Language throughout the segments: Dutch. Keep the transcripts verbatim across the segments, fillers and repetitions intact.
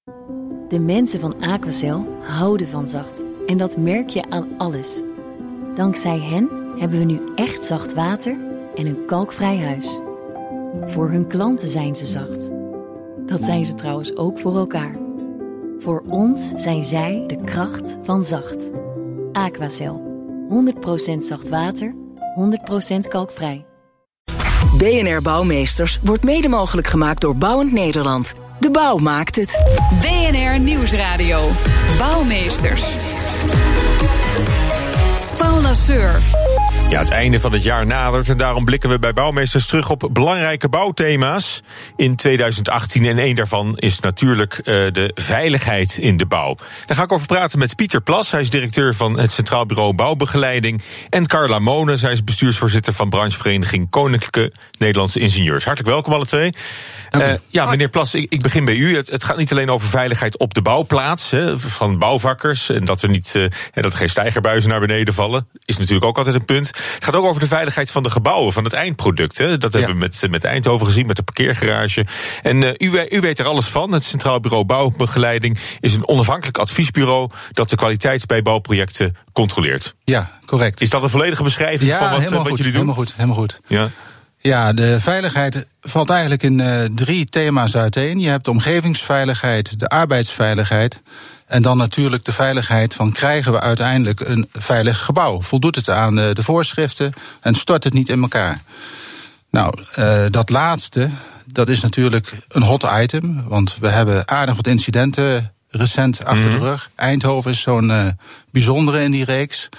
De mensen van Aquacel houden van zacht. En dat merk je aan alles. Dankzij hen hebben we nu echt zacht water en een kalkvrij huis. Voor hun klanten zijn ze zacht. Dat zijn ze trouwens ook voor elkaar. Voor ons zijn zij de kracht van zacht. Aquacel. honderd procent zacht water, honderd procent kalkvrij. B N R Bouwmeesters wordt mede mogelijk gemaakt door Bouwend Nederland. De bouw maakt het. B N R Nieuwsradio. Bouwmeesters. Paul Lasseur. Ja, het einde van het jaar nadert en daarom blikken we bij Bouwmeesters terug op belangrijke bouwthema's in tweeduizend achttien. En één daarvan is natuurlijk uh, de veiligheid in de bouw. Daar ga ik over praten met Pieter Plas. Hij is directeur van het Centraal Bureau Bouwbegeleiding. En Carla Monen, zij is bestuursvoorzitter van branchevereniging Koninklijke Nederlandse Ingenieurs. Hartelijk welkom alle twee. Uh, ja, meneer Plas, ik, ik begin bij u. Het, het gaat niet alleen over veiligheid op de bouwplaats, hè, van bouwvakkers. En dat er, niet, uh, dat er geen steigerbuizen naar beneden vallen. Is natuurlijk ook altijd een punt. Het gaat ook over de veiligheid van de gebouwen, van het eindproduct. Hè. Dat ja. hebben we met, met Eindhoven gezien, met de parkeergarage. En uh, u, u weet er alles van. Het Centraal Bureau Bouwbegeleiding is een onafhankelijk adviesbureau dat de kwaliteit bij bouwprojecten controleert. Ja, correct. Is dat een volledige beschrijving ja, van wat, wat goed, jullie doen? Helemaal goed, helemaal goed. Ja. Ja, de veiligheid valt eigenlijk in uh, drie thema's uiteen. Je hebt de omgevingsveiligheid, de arbeidsveiligheid en dan natuurlijk de veiligheid van krijgen we uiteindelijk een veilig gebouw. Voldoet het aan uh, de voorschriften en stort het niet in elkaar? Nou, uh, dat laatste, dat is natuurlijk een hot item, want we hebben aardig wat incidenten recent achter mm-hmm. de rug. Eindhoven is zo'n uh, bijzondere in die reeks.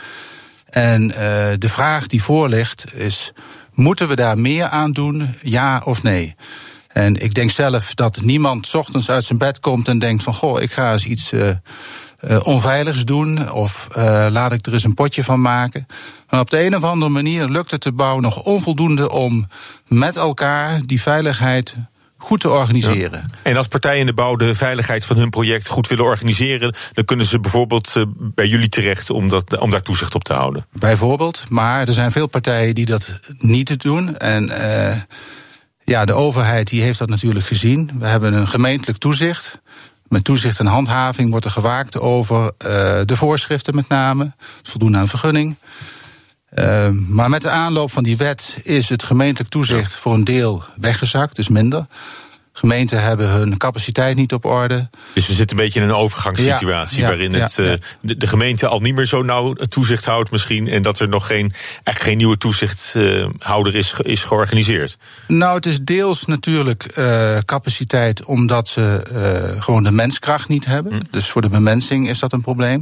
En uh, de vraag die voor ligt is, moeten we daar meer aan doen, ja of nee? En ik denk zelf dat niemand 's ochtends uit zijn bed komt en denkt van, goh, ik ga eens iets uh, uh, onveiligs doen of uh, laat ik er eens een potje van maken. Maar op de een of andere manier lukt het de bouw nog onvoldoende om met elkaar die veiligheid goed te organiseren. Ja. En als partijen in de bouw de veiligheid van hun project goed willen organiseren, dan kunnen ze bijvoorbeeld uh, bij jullie terecht om, dat, om daar toezicht op te houden. Bijvoorbeeld, maar er zijn veel partijen die dat niet doen. En uh, ja, de overheid die heeft dat natuurlijk gezien. We hebben een gemeentelijk toezicht. Met toezicht en handhaving wordt er gewaakt over uh, de voorschriften met name. Het voldoen aan vergunning. Uh, maar met de aanloop van die wet is het gemeentelijk toezicht voor een deel weggezakt, dus minder. Gemeenten hebben hun capaciteit niet op orde. Dus we zitten een beetje in een overgangssituatie ja, ja, waarin het, ja, ja. Uh, de gemeente al niet meer zo nauw toezicht houdt misschien, en dat er nog geen, eigenlijk geen nieuwe toezichthouder is, is georganiseerd. Nou, het is deels natuurlijk uh, capaciteit omdat ze uh, gewoon de menskracht niet hebben. Hm. Dus voor de bemensing is dat een probleem.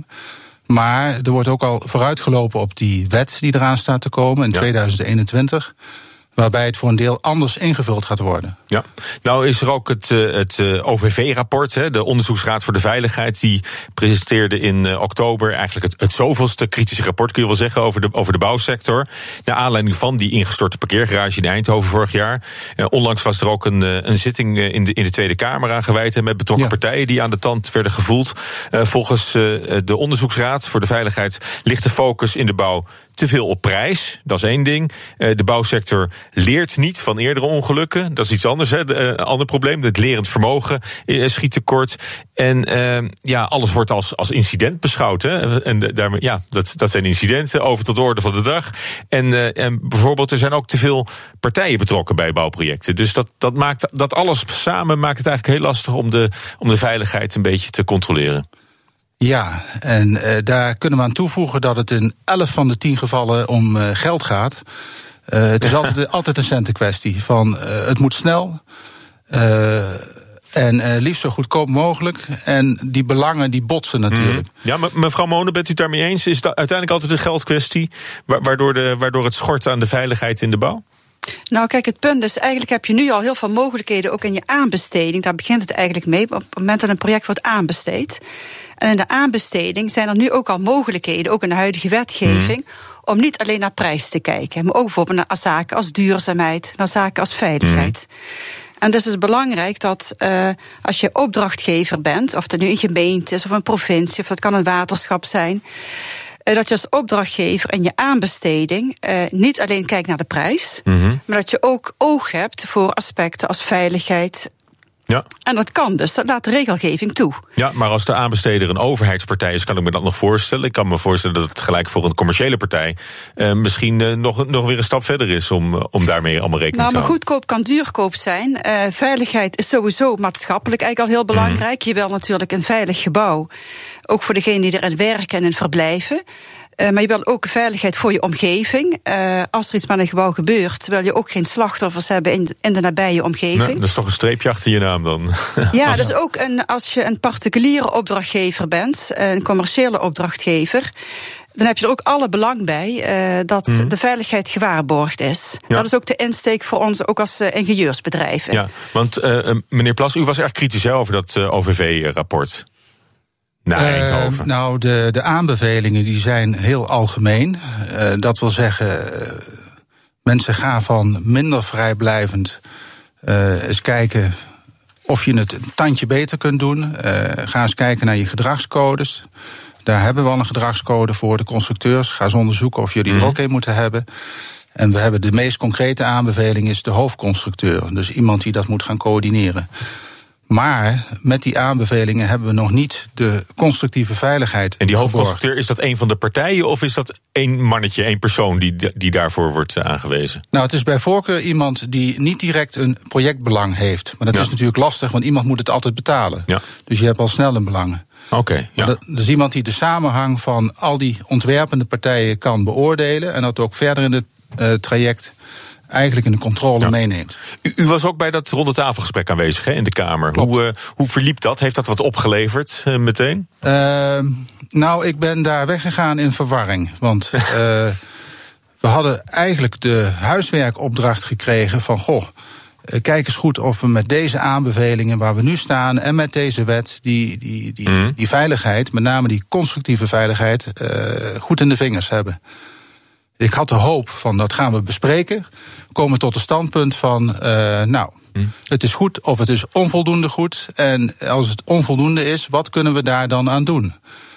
Maar er wordt ook al vooruitgelopen op die wet die eraan staat te komen in ja. tweeduizend eenentwintig... waarbij het voor een deel anders ingevuld gaat worden. Ja, nou is er ook het, het O V V-rapport, de Onderzoeksraad voor de Veiligheid, die presenteerde in oktober eigenlijk het, het zoveelste kritische rapport, kun je wel zeggen, over de, over de bouwsector. Naar aanleiding van die ingestorte parkeergarage in Eindhoven vorig jaar. Onlangs was er ook een, een zitting in de, in de Tweede Kamer aan gewijd met betrokken ja. partijen die aan de tand werden gevoeld. Volgens de Onderzoeksraad voor de Veiligheid ligt de focus in de bouw te veel op prijs, dat is één ding. De bouwsector leert niet van eerdere ongelukken, dat is iets anders. Hè. Een ander probleem, het lerend vermogen schiet tekort. En uh, ja, alles wordt als, als incident beschouwd. Hè. En daarmee, ja, dat, dat zijn incidenten, over tot de orde van de dag. En, uh, en bijvoorbeeld, er zijn ook te veel partijen betrokken bij bouwprojecten. Dus dat, dat, maakt, dat alles samen maakt het eigenlijk heel lastig om de, om de veiligheid een beetje te controleren. Ja, en uh, daar kunnen we aan toevoegen dat het in elf van de tien gevallen om uh, geld gaat. Uh, het is altijd, altijd een centenkwestie. Van, uh, het moet snel uh, en uh, liefst zo goedkoop mogelijk. En die belangen die botsen natuurlijk. Mm. Ja, mevrouw Monen, bent u het daarmee eens? Is het uiteindelijk altijd een geldkwestie, waardoor, de, waardoor het schort aan de veiligheid in de bouw? Nou, kijk, het punt is, eigenlijk heb je nu al heel veel mogelijkheden, ook in je aanbesteding. Daar begint het eigenlijk mee, op het moment dat een project wordt aanbesteed. En in de aanbesteding zijn er nu ook al mogelijkheden, ook in de huidige wetgeving, mm. om niet alleen naar prijs te kijken, maar ook bijvoorbeeld naar zaken als duurzaamheid, naar zaken als veiligheid. Mm. En dus is het belangrijk dat uh, als je opdrachtgever bent, of dat nu een gemeente is of een provincie, of dat kan een waterschap zijn, uh, dat je als opdrachtgever in je aanbesteding uh, niet alleen kijkt naar de prijs, mm-hmm. maar dat je ook oog hebt voor aspecten als veiligheid, Ja. En dat kan dus, dat laat de regelgeving toe. Ja, maar als de aanbesteder een overheidspartij is, kan ik me dat nog voorstellen. Ik kan me voorstellen dat het gelijk voor een commerciële partij uh, misschien uh, nog, nog weer een stap verder is om, uh, om daarmee allemaal rekening nou, te houden. Maar goedkoop kan duurkoop zijn. Uh, veiligheid is sowieso maatschappelijk eigenlijk al heel belangrijk. Mm. Je wil natuurlijk een veilig gebouw, ook voor degenen die erin werken en in verblijven. Uh, maar je wil ook veiligheid voor je omgeving. Uh, als er iets met een gebouw gebeurt, wil je ook geen slachtoffers hebben in de, in de nabije omgeving. Nee, dat is toch een streepje achter je naam dan? Ja, dus ook een, als je een particuliere opdrachtgever bent, een commerciële opdrachtgever, dan heb je er ook alle belang bij uh, dat mm. de veiligheid gewaarborgd is. Ja. Dat is ook de insteek voor ons, ook als uh, ingenieursbedrijven. Ja, want uh, meneer Plas, u was erg kritisch hè, over dat uh, O V V-rapport. Naar Eindhoven. Uh, nou, de, de aanbevelingen die zijn heel algemeen. Uh, dat wil zeggen, uh, mensen gaan van minder vrijblijvend uh, eens kijken of je het een tandje beter kunt doen. Uh, ga eens kijken naar je gedragscodes. Daar hebben we al een gedragscode voor de constructeurs. Ga eens onderzoeken of jullie mm. er ook een moeten hebben. En we hebben de meest concrete aanbeveling is de hoofdconstructeur. Dus iemand die dat moet gaan coördineren. Maar met die aanbevelingen hebben we nog niet de constructieve veiligheid. En die hoofdconstructeur, is dat een van de partijen of is dat één mannetje, één persoon die, die daarvoor wordt aangewezen? Nou, het is bij voorkeur iemand die niet direct een projectbelang heeft. Maar dat ja. is natuurlijk lastig, want iemand moet het altijd betalen. Ja. Dus je hebt al snel een belang. Oké. Okay, ja. Dat, dat is iemand die de samenhang van al die ontwerpende partijen kan beoordelen en dat ook verder in het uh, traject eigenlijk in de controle ja. meeneemt. U, u was ook bij dat ronde tafelgesprek aanwezig hè, in de Kamer. Hoe, uh, hoe verliep dat? Heeft dat wat opgeleverd uh, meteen? Uh, nou, ik ben daar weggegaan in verwarring. Want uh, we hadden eigenlijk de huiswerkopdracht gekregen van goh, uh, kijk eens goed of we met deze aanbevelingen waar we nu staan en met deze wet die, die, die, mm. die veiligheid, met name die constructieve veiligheid, uh, goed in de vingers hebben. Ik had de hoop van dat gaan we bespreken. Komen tot het standpunt van, uh, nou, hmm. het is goed of het is onvoldoende goed. En als het onvoldoende is, wat kunnen we daar dan aan doen?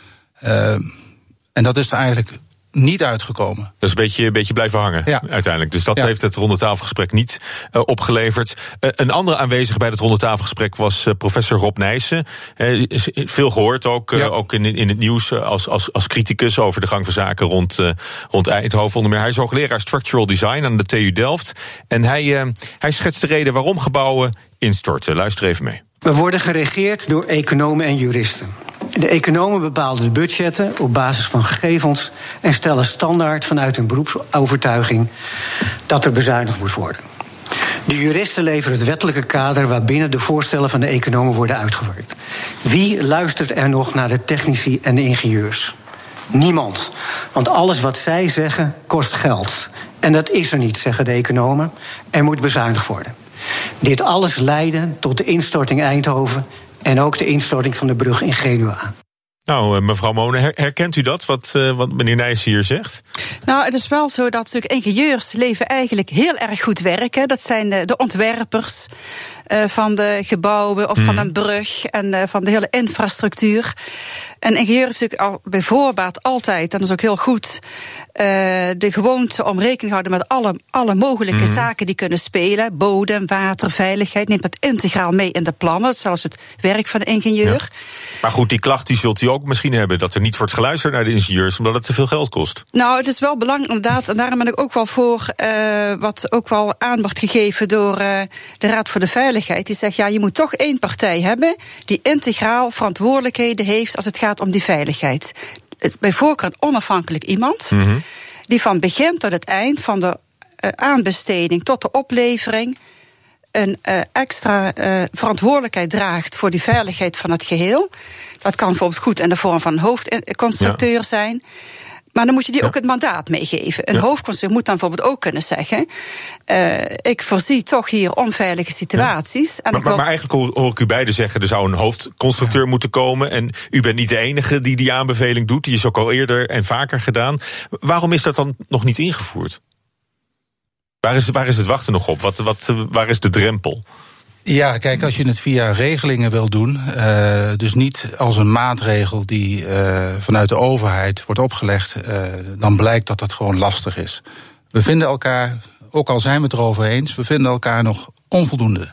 Uh, en dat is er eigenlijk niet uitgekomen. Dat is een beetje, een beetje blijven hangen ja. uiteindelijk. Dus dat ja. heeft het rondetafelgesprek niet uh, opgeleverd. Uh, een andere aanwezige bij het rondetafelgesprek was uh, professor Rob Nijssen. Uh, veel gehoord ook, uh, ja. ook in, in het nieuws uh, als, als, als criticus over de gang van zaken rond, uh, rond Eindhoven. Onder meer, hij is hoogleraar Structural Design aan de T U Delft. En hij, uh, hij schetst de reden waarom gebouwen instorten. Luister even mee. We worden geregeerd door economen en juristen. De economen bepalen de budgetten op basis van gegevens en stellen standaard vanuit hun beroepsovertuiging dat er bezuinigd moet worden. De juristen leveren het wettelijke kader waarbinnen de voorstellen van de economen worden uitgewerkt. Wie luistert er nog naar de technici en de ingenieurs? Niemand. Want alles wat zij zeggen kost geld. En dat is er niet, zeggen de economen. Er moet bezuinigd worden. Dit alles leidde tot de instorting Eindhoven en ook de instorting van de brug in Genua. Nou, mevrouw Monen, herkent u dat, wat, uh, wat meneer Nijssen hier zegt? Nou, het is wel zo dat natuurlijk ingenieurs leven eigenlijk heel erg goed werken. Dat zijn de, de ontwerpers uh, van de gebouwen of hmm. van een brug en uh, van de hele infrastructuur. En ingenieur heeft natuurlijk al bij voorbaat altijd, en dat is ook heel goed, uh, de gewoonte om rekening te houden met alle, alle mogelijke mm. zaken die kunnen spelen. Bodem, water, veiligheid, neemt dat integraal mee in de plannen. Zelfs het werk van de ingenieur. Ja. Maar goed, die klacht die zult u ook misschien hebben, dat er niet wordt geluisterd naar de ingenieurs, omdat het te veel geld kost. Nou, het is wel belangrijk inderdaad, en daarom ben ik ook wel voor, uh, wat ook wel aan wordt gegeven door uh, de Raad voor de Veiligheid. Die zegt, ja, je moet toch één partij hebben die integraal verantwoordelijkheden heeft als het gaat om die veiligheid. Bij voorkeur een onafhankelijk iemand, mm-hmm. die van begin tot het eind, van de uh, aanbesteding tot de oplevering, een uh, extra uh, verantwoordelijkheid draagt voor die veiligheid van het geheel. Dat kan bijvoorbeeld goed in de vorm van een hoofdconstructeur ja. zijn. Maar dan moet je die ja. ook het mandaat meegeven. Een ja. hoofdconstructeur moet dan bijvoorbeeld ook kunnen zeggen, Uh, ik voorzie toch hier onveilige situaties. Ja. En maar, ik wil... maar eigenlijk hoor ik u beiden zeggen, er zou een hoofdconstructeur ja. moeten komen. En u bent niet de enige die die aanbeveling doet. Die is ook al eerder en vaker gedaan. Waarom is dat dan nog niet ingevoerd? Waar is, waar is het wachten nog op? Wat, wat, waar is de drempel? Ja, kijk, als je het via regelingen wil doen, uh, dus niet als een maatregel die uh, vanuit de overheid wordt opgelegd, uh, dan blijkt dat dat gewoon lastig is. We vinden elkaar, ook al zijn we het erover eens, we vinden elkaar nog onvoldoende.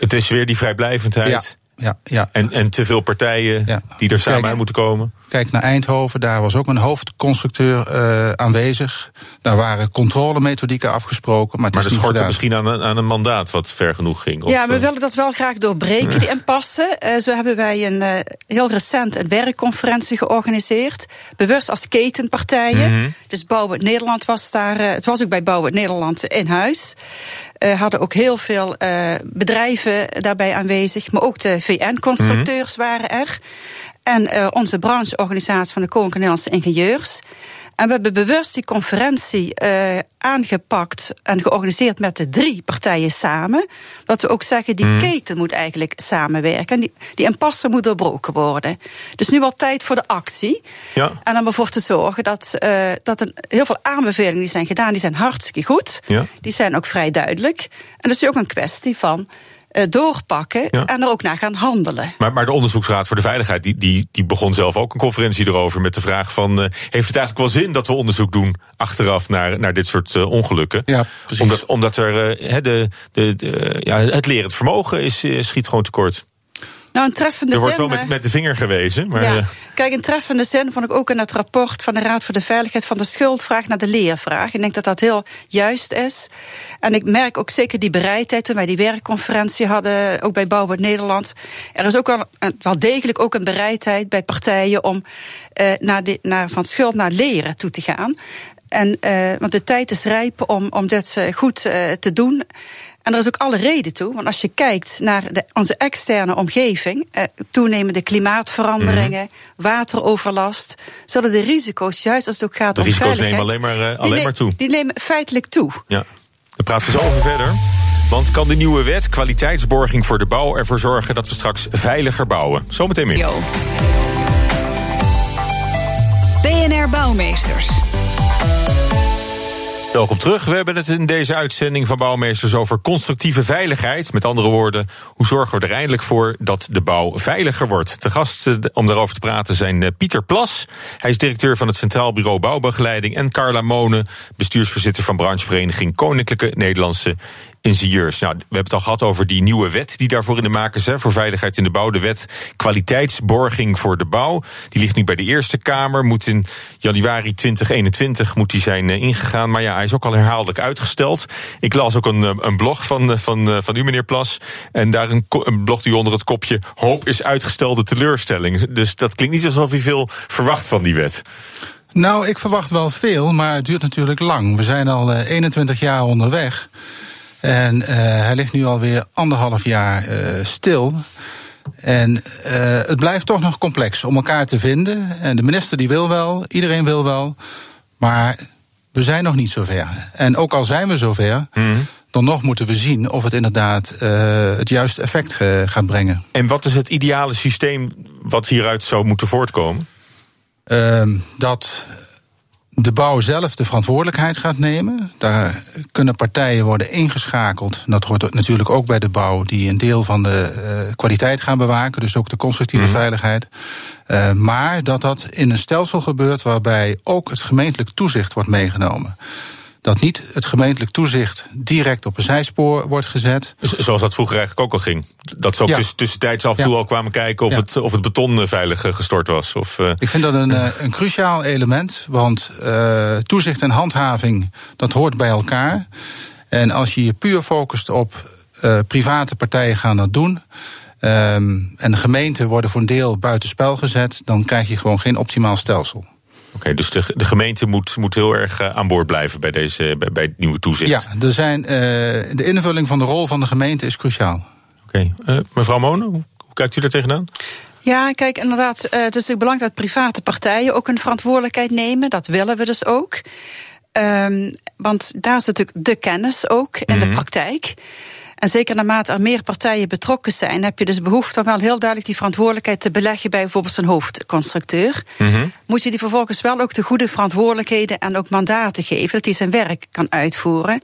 Het is weer die vrijblijvendheid. Ja, ja, ja. En, en te veel partijen ja. die er samen uit moeten komen. Kijk naar Eindhoven, daar was ook een hoofdconstructeur uh, aanwezig. Daar waren controlemethodieken afgesproken. Maar, maar het dat schort er gedaan. misschien aan een, aan een mandaat wat ver genoeg ging. Of, ja, we willen dat wel graag doorbreken, die impasse. Uh, zo hebben wij een, uh, heel recent een werkconferentie georganiseerd. Bewust als ketenpartijen. Mm-hmm. Dus Bouwen Nederland was daar. Uh, het was ook bij Bouwen Nederland in huis. Uh, hadden ook heel veel uh, bedrijven daarbij aanwezig. Maar ook de V N-constructeurs mm-hmm. waren er. En uh, onze brancheorganisatie van de Koninklijke Nederlandse Ingenieurs. En we hebben bewust die conferentie uh, aangepakt en georganiseerd met de drie partijen samen. Dat we ook zeggen, die mm. keten moet eigenlijk samenwerken. En die, die impasse moet doorbroken worden. Dus nu wel tijd voor de actie. Ja. En om ervoor te zorgen dat, uh, dat een, heel veel aanbevelingen die zijn gedaan, die zijn hartstikke goed. Ja. Die zijn ook vrij duidelijk. En dat is ook een kwestie van Uh, doorpakken ja. en er ook naar gaan handelen. Maar, maar de Onderzoeksraad voor de Veiligheid die, die, die begon zelf ook een conferentie erover met de vraag van, uh, heeft het eigenlijk wel zin dat we onderzoek doen achteraf naar, naar dit soort uh, ongelukken? Ja, precies. Omdat, omdat er uh, de, de, de, ja, het lerend vermogen is, uh, schiet gewoon tekort. Nou, een treffende er wordt zin, wel met, met de vinger gewezen. Maar ja. Kijk, een treffende zin vond ik ook in het rapport van de Raad voor de Veiligheid van de schuldvraag naar de leervraag. Ik denk dat dat heel juist is. En ik merk ook zeker die bereidheid toen wij die werkconferentie hadden, ook bij Bouwen Nederland. Er is ook wel, wel degelijk ook een bereidheid bij partijen om uh, naar de, naar, van schuld naar leren toe te gaan. En, uh, want de tijd is rijp om, om dit uh, goed uh, te doen. En er is ook alle reden toe, want als je kijkt naar de, onze externe omgeving, eh, toenemende klimaatveranderingen, mm-hmm. wateroverlast, zullen de risico's, juist als het ook gaat de om risico's veiligheid, nemen alleen maar, uh, alleen die maar toe. Die nemen feitelijk toe. Ja, daar praten we zo over verder. Want kan de nieuwe wet kwaliteitsborging voor de bouw ervoor zorgen dat we straks veiliger bouwen? Zometeen meer. Yo. B N R Bouwmeesters. Welkom terug. We hebben het in deze uitzending van Bouwmeesters over constructieve veiligheid. Met andere woorden, hoe zorgen we er eindelijk voor dat de bouw veiliger wordt? Te gast om daarover te praten zijn Pieter Plas. Hij is directeur van het Centraal Bureau Bouwbegeleiding. En Carla Monen, bestuursvoorzitter van branchevereniging Koninklijke Nederlandse Ingenieurs. Nou, we hebben het al gehad over die nieuwe wet die daarvoor in de maak is, hè, voor veiligheid in de bouw. De wet kwaliteitsborging voor de bouw. Die ligt nu bij de Eerste Kamer. Moet in januari twintig eenentwintig moet die zijn uh, ingegaan. Maar ja, hij is ook al herhaaldelijk uitgesteld. Ik las ook een, een blog van, van, van u, meneer Plas. En daar een, een blog die onder het kopje hoop is uitgestelde teleurstelling. Dus dat klinkt niet alsof u veel verwacht van die wet. Nou, ik verwacht wel veel, maar het duurt natuurlijk lang. We zijn al uh, eenentwintig jaar onderweg. En uh, hij ligt nu alweer anderhalf jaar uh, stil. En uh, het blijft toch nog complex om elkaar te vinden. En de minister die wil wel, iedereen wil wel. Maar we zijn nog niet zover. En ook al zijn we zover, mm-hmm. dan nog moeten we zien of het inderdaad uh, het juiste effect uh, gaat brengen. En wat is het ideale systeem wat hieruit zou moeten voortkomen? Uh, dat de bouw zelf de verantwoordelijkheid gaat nemen. Daar kunnen partijen worden ingeschakeld. Dat hoort natuurlijk ook bij de bouw, die een deel van de uh, kwaliteit gaan bewaken. Dus ook de constructieve mm. veiligheid. Uh, maar dat dat in een stelsel gebeurt waarbij ook het gemeentelijk toezicht wordt meegenomen. Dat niet het gemeentelijk toezicht direct op een zijspoor wordt gezet. Zoals dat vroeger eigenlijk ook al ging. Dat ze ook ja. tuss- tussentijds af en toe ja. al kwamen kijken of, ja. het, of het beton veilig gestort was. Of, uh... Ik vind dat een, uh, een cruciaal element. Want uh, toezicht en handhaving, dat hoort bij elkaar. En als je je puur focust op uh, private partijen gaan dat doen. Um, en de gemeenten worden voor een deel buitenspel gezet. Dan krijg je gewoon geen optimaal stelsel. Oké, okay, dus de, de gemeente moet, moet heel erg uh, aan boord blijven bij, deze, bij, bij het nieuwe toezicht. Ja, er zijn, uh, de invulling van de rol van de gemeente is cruciaal. Oké, okay. uh, mevrouw Monen, hoe, hoe kijkt u daar tegenaan? Ja, kijk, inderdaad, uh, het is natuurlijk belangrijk dat private partijen ook een verantwoordelijkheid nemen. Dat willen we dus ook. Um, want daar zit natuurlijk de kennis ook in mm-hmm. de praktijk. En zeker naarmate er meer partijen betrokken zijn, heb je dus behoefte om wel heel duidelijk die verantwoordelijkheid te beleggen bij bijvoorbeeld zo'n hoofdconstructeur. Mm-hmm. Moet je die vervolgens wel ook de goede verantwoordelijkheden en ook mandaten geven, dat hij zijn werk kan uitvoeren.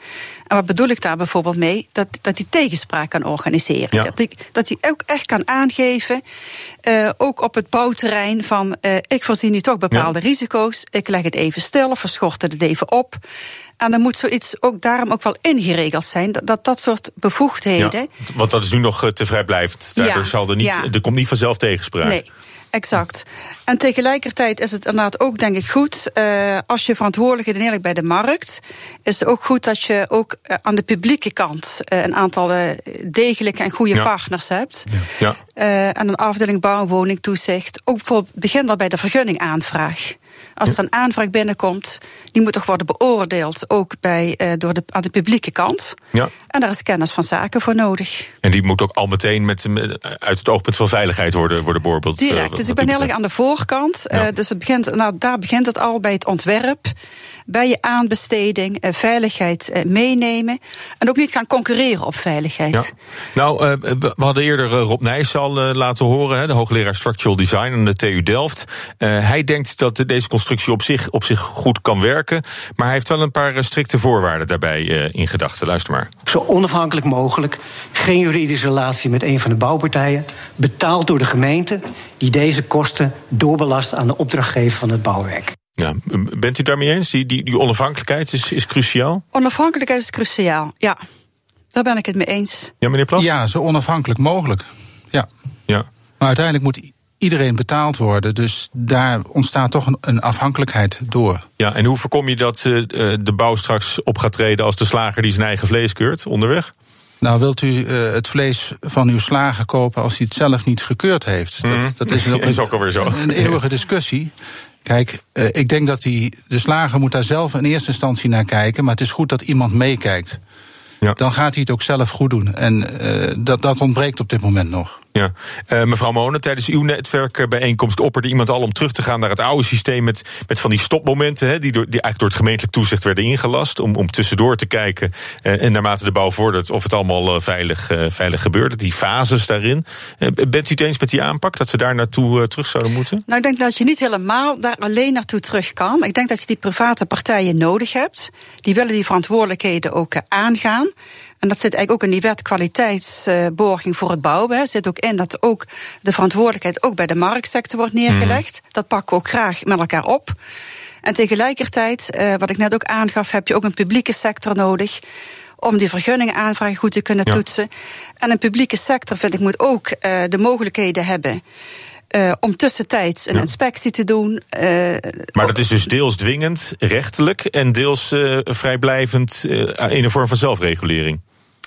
En wat bedoel ik daar bijvoorbeeld mee? Dat, dat hij tegenspraak kan organiseren. Ja. Dat, ik, dat hij ook echt kan aangeven, uh, ook op het bouwterrein, van uh, ik voorzie nu toch bepaalde ja. risico's, ik leg het even stil of verschort het even op. En dan moet zoiets ook daarom ook wel ingeregeld zijn, dat dat, dat soort bevoegdheden. Ja, want dat is nu nog te vrijblijvend. Daardoor ja, zal er niet, ja. er komt niet vanzelf tegenspraak. Nee. Exact. En tegelijkertijd is het inderdaad ook, denk ik, goed, uh, als je verantwoordelijkheden neerlegt bij de markt, is het ook goed dat je ook uh, aan de publieke kant uh, een aantal uh, degelijke en goede ja. partners hebt. Ja. Ja. Uh, en een afdeling bouw- en woningtoezicht. Ook bijvoorbeeld begin al bij de vergunningaanvraag. Als er een aanvraag binnenkomt, die moet toch worden beoordeeld, ook bij, uh, door de, aan de publieke kant. Ja. En daar is kennis van zaken voor nodig. En die moet ook al meteen met, met, uit het oogpunt van veiligheid worden, worden beoordeeld. Direct, uh, dus ik ben heel erg aan de voorkant. Ja. Uh, dus het begint, nou, daar begint het al bij het ontwerp, bij je aanbesteding, uh, veiligheid uh, meenemen. En ook niet gaan concurreren op veiligheid. Ja. Nou, uh, we hadden eerder uh, Rob Nijs al uh, laten horen, hè, de hoogleraar Structural Design aan de T U Delft. Uh, hij denkt dat deze constructie op zich, op zich goed kan werken, maar hij heeft wel een paar uh, strikte voorwaarden daarbij uh, in gedachten. Luister maar. Zo onafhankelijk mogelijk, geen juridische relatie met een van de bouwpartijen, betaald door de gemeente, die deze kosten doorbelast aan de opdrachtgever van het bouwwerk. Ja, bent u daarmee eens? Die, die, die onafhankelijkheid is, is cruciaal? Onafhankelijkheid is cruciaal, ja. Daar ben ik het mee eens. Ja, meneer Plas? Ja, zo onafhankelijk mogelijk. Ja. Ja. Maar uiteindelijk moet iedereen betaald worden, dus daar ontstaat toch een, een afhankelijkheid door. Ja, en hoe voorkom je dat uh, de bouw straks op gaat treden als de slager die zijn eigen vlees keurt onderweg? Nou, wilt u uh, het vlees van uw slager kopen als hij het zelf niet gekeurd heeft? Mm. Dat, dat is, een, is ook alweer zo. Een, een eeuwige discussie. Kijk, uh, ik denk dat die, de slager moet daar zelf in eerste instantie naar kijken, maar het is goed dat iemand meekijkt. Ja. Dan gaat hij het ook zelf goed doen. En uh, dat, dat ontbreekt op dit moment nog. Ja. Uh, mevrouw Monen, tijdens uw netwerkbijeenkomst opperde iemand al om terug te gaan naar het oude systeem met, met van die stopmomenten, hè, die, door, die eigenlijk door het gemeentelijk toezicht werden ingelast, om, om tussendoor te kijken uh, en naarmate de bouw vordert of het allemaal uh, veilig, uh, veilig gebeurde, die fases daarin. Uh, bent u het eens met die aanpak, dat we daar naartoe uh, terug zouden moeten? Nou, ik denk dat je niet helemaal daar alleen naartoe terug kan. Ik denk dat je die private partijen nodig hebt. Die willen die verantwoordelijkheden ook uh, aangaan. En dat zit eigenlijk ook in die wet kwaliteitsborging voor het bouwen. Er zit ook in dat ook de verantwoordelijkheid ook bij de marktsector wordt neergelegd. Mm. Dat pakken we ook graag met elkaar op. En tegelijkertijd, uh, wat ik net ook aangaf, heb je ook een publieke sector nodig om die vergunningenaanvragen goed te kunnen ja. toetsen. En een publieke sector, vind ik, moet ook uh, de mogelijkheden hebben Uh, om tussentijds een ja. inspectie te doen. Uh, maar dat is dus deels dwingend, rechtelijk, en deels uh, vrijblijvend uh, in een vorm van zelfregulering.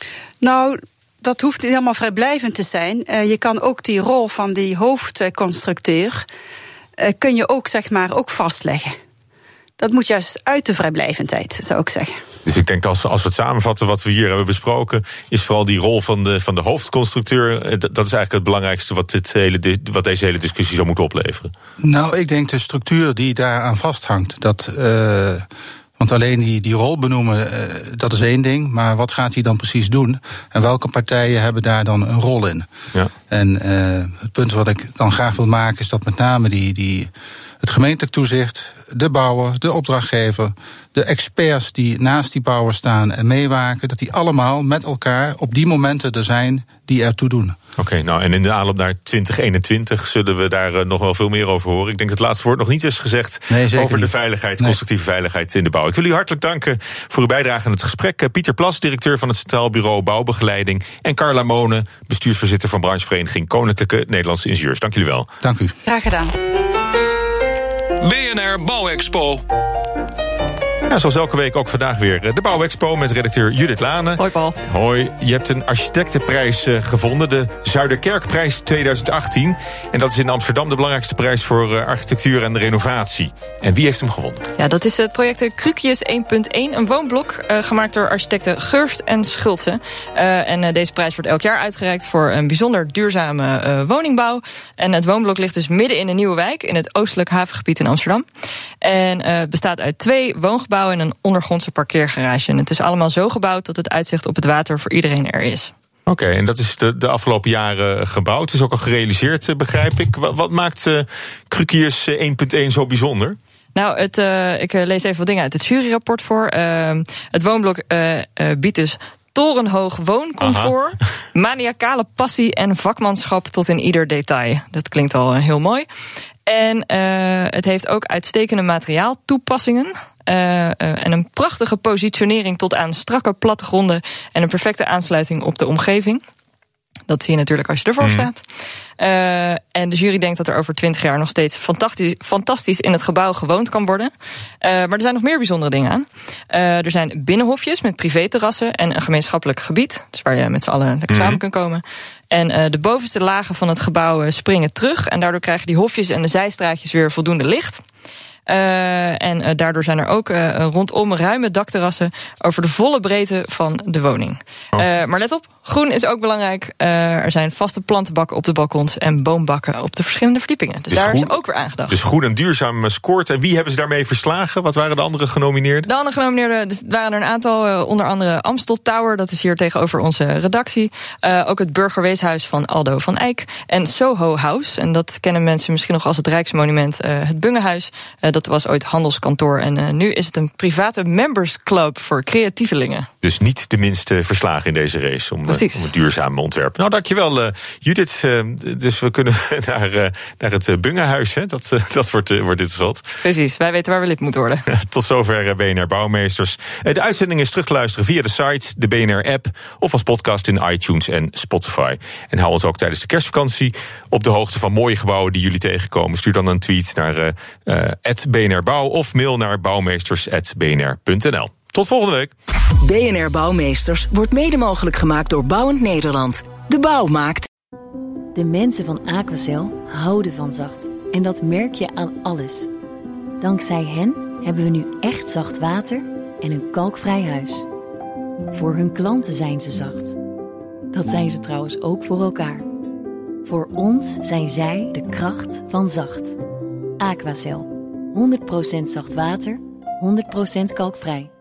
Nou, dat hoeft niet helemaal vrijblijvend te zijn. Uh, je kan ook die rol van die hoofdconstructeur uh, kun je ook, zeg maar, ook vastleggen. Dat moet juist uit de vrijblijvendheid, zou ik zeggen. Dus ik denk dat als we, als we het samenvatten wat we hier hebben besproken, is vooral die rol van de, van de hoofdconstructeur, dat is eigenlijk het belangrijkste wat, dit hele, wat deze hele discussie zou moeten opleveren. Nou, ik denk de structuur die daaraan vasthangt. Dat, uh, want alleen die, die rol benoemen, uh, dat is één ding, maar wat gaat hij dan precies doen? En welke partijen hebben daar dan een rol in? Ja. En uh, het punt wat ik dan graag wil maken is dat met name die, die het gemeentelijk toezicht, de bouwer, de opdrachtgever, de experts die naast die bouwer staan en meewaken, dat die allemaal met elkaar op die momenten er zijn die ertoe doen. Oké, okay, nou en in de aanloop naar twintig eenentwintig zullen we daar uh, nog wel veel meer over horen. Ik denk dat het laatste woord nog niet is gezegd nee, over de veiligheid, nee. constructieve veiligheid in de bouw. Ik wil u hartelijk danken voor uw bijdrage aan het gesprek. Pieter Plas, directeur van het Centraal Bureau Bouwbegeleiding, en Carla Monen, bestuursvoorzitter van branchevereniging Koninklijke Nederlandse Ingenieurs. Dank jullie wel. Dank u. Graag gedaan. B N R Bouwexpo. Ja, zoals elke week ook vandaag weer de Bouwexpo met redacteur Judith Lane. Hoi Paul. Hoi, je hebt een architectenprijs uh, gevonden, de Zuiderkerkprijs twintig achttien. En dat is in Amsterdam de belangrijkste prijs voor uh, architectuur en renovatie. En wie heeft hem gewonnen? Ja, dat is het project Krukius één punt één, een woonblok uh, gemaakt door architecten Geurst en Schultze. Uh, en uh, deze prijs wordt elk jaar uitgereikt voor een bijzonder duurzame uh, woningbouw. En het woonblok ligt dus midden in een nieuwe wijk in het oostelijk havengebied in Amsterdam. En uh, het bestaat uit twee woongebouwen en een ondergrondse parkeergarage. En het is allemaal zo gebouwd dat het uitzicht op het water voor iedereen er is. Oké, okay, en dat is de, de afgelopen jaren gebouwd. Het is ook al gerealiseerd, begrijp ik. Wat, wat maakt uh, Krukius één punt één zo bijzonder? Nou, het, uh, ik lees even wat dingen uit het juryrapport voor. Uh, het woonblok uh, uh, biedt dus torenhoog wooncomfort, aha, maniacale passie en vakmanschap tot in ieder detail. Dat klinkt al uh, heel mooi. En uh, het heeft ook uitstekende materiaaltoepassingen. Uh, uh, en een prachtige positionering tot aan strakke plattegronden en een perfecte aansluiting op de omgeving. Dat zie je natuurlijk als je ervoor mm. staat. Uh, en de jury denkt dat er over twintig jaar nog steeds fantastisch, fantastisch in het gebouw gewoond kan worden. Uh, maar er zijn nog meer bijzondere dingen aan. Uh, er zijn binnenhofjes met privéterrassen en een gemeenschappelijk gebied. Dus waar je met z'n allen lekker mm. samen kunt komen. En uh, de bovenste lagen van het gebouw uh, springen terug. En daardoor krijgen die hofjes en de zijstraatjes weer voldoende licht. Uh, en uh, daardoor zijn er ook uh, rondom ruime dakterrassen over de volle breedte van de woning. Oh. Uh, maar let op, groen is ook belangrijk. Uh, er zijn vaste plantenbakken op de balkons en boombakken op de verschillende verdiepingen. Dus, dus daar groen, is ook weer aangedacht. Dus groen en duurzaam scoort. En wie hebben ze daarmee verslagen? Wat waren de andere genomineerden? De andere genomineerden dus waren er een aantal, uh, onder andere Amstel Tower. Dat is hier tegenover onze redactie. Uh, ook het Burgerweeshuis van Aldo van Eyck. En Soho House. En dat kennen mensen misschien nog als het Rijksmonument. Uh, het Bungehuis. Uh, dat was ooit handelskantoor. En uh, nu is het een private membersclub voor creatievelingen. Dus niet de minste verslagen in deze race om, uh, om het duurzame ontwerp. Nou, dankjewel uh, Judith. Uh, dus we kunnen naar, uh, naar het uh, Bungehuis. Hè? Dat, uh, dat wordt, uh, wordt interessant. Precies, wij weten waar we lid moeten worden. Tot zover uh, B N R Bouwmeesters. Uh, de uitzending is terug te luisteren via de site, de B N R-app... of als podcast in iTunes en Spotify. En hou ons ook tijdens de kerstvakantie op de hoogte van mooie gebouwen die jullie tegenkomen. Stuur dan een tweet naar uh, uh, B N R Bouw of mail naar bouwmeesters at b n r punt n l. Tot volgende week. B N R Bouwmeesters wordt mede mogelijk gemaakt door Bouwend Nederland. De bouw maakt. De mensen van Aquacel houden van zacht. En dat merk je aan alles. Dankzij hen hebben we nu echt zacht water en een kalkvrij huis. Voor hun klanten zijn ze zacht. Dat zijn ze trouwens ook voor elkaar. Voor ons zijn zij de kracht van zacht. Aquacel. honderd procent zacht water, honderd procent kalkvrij.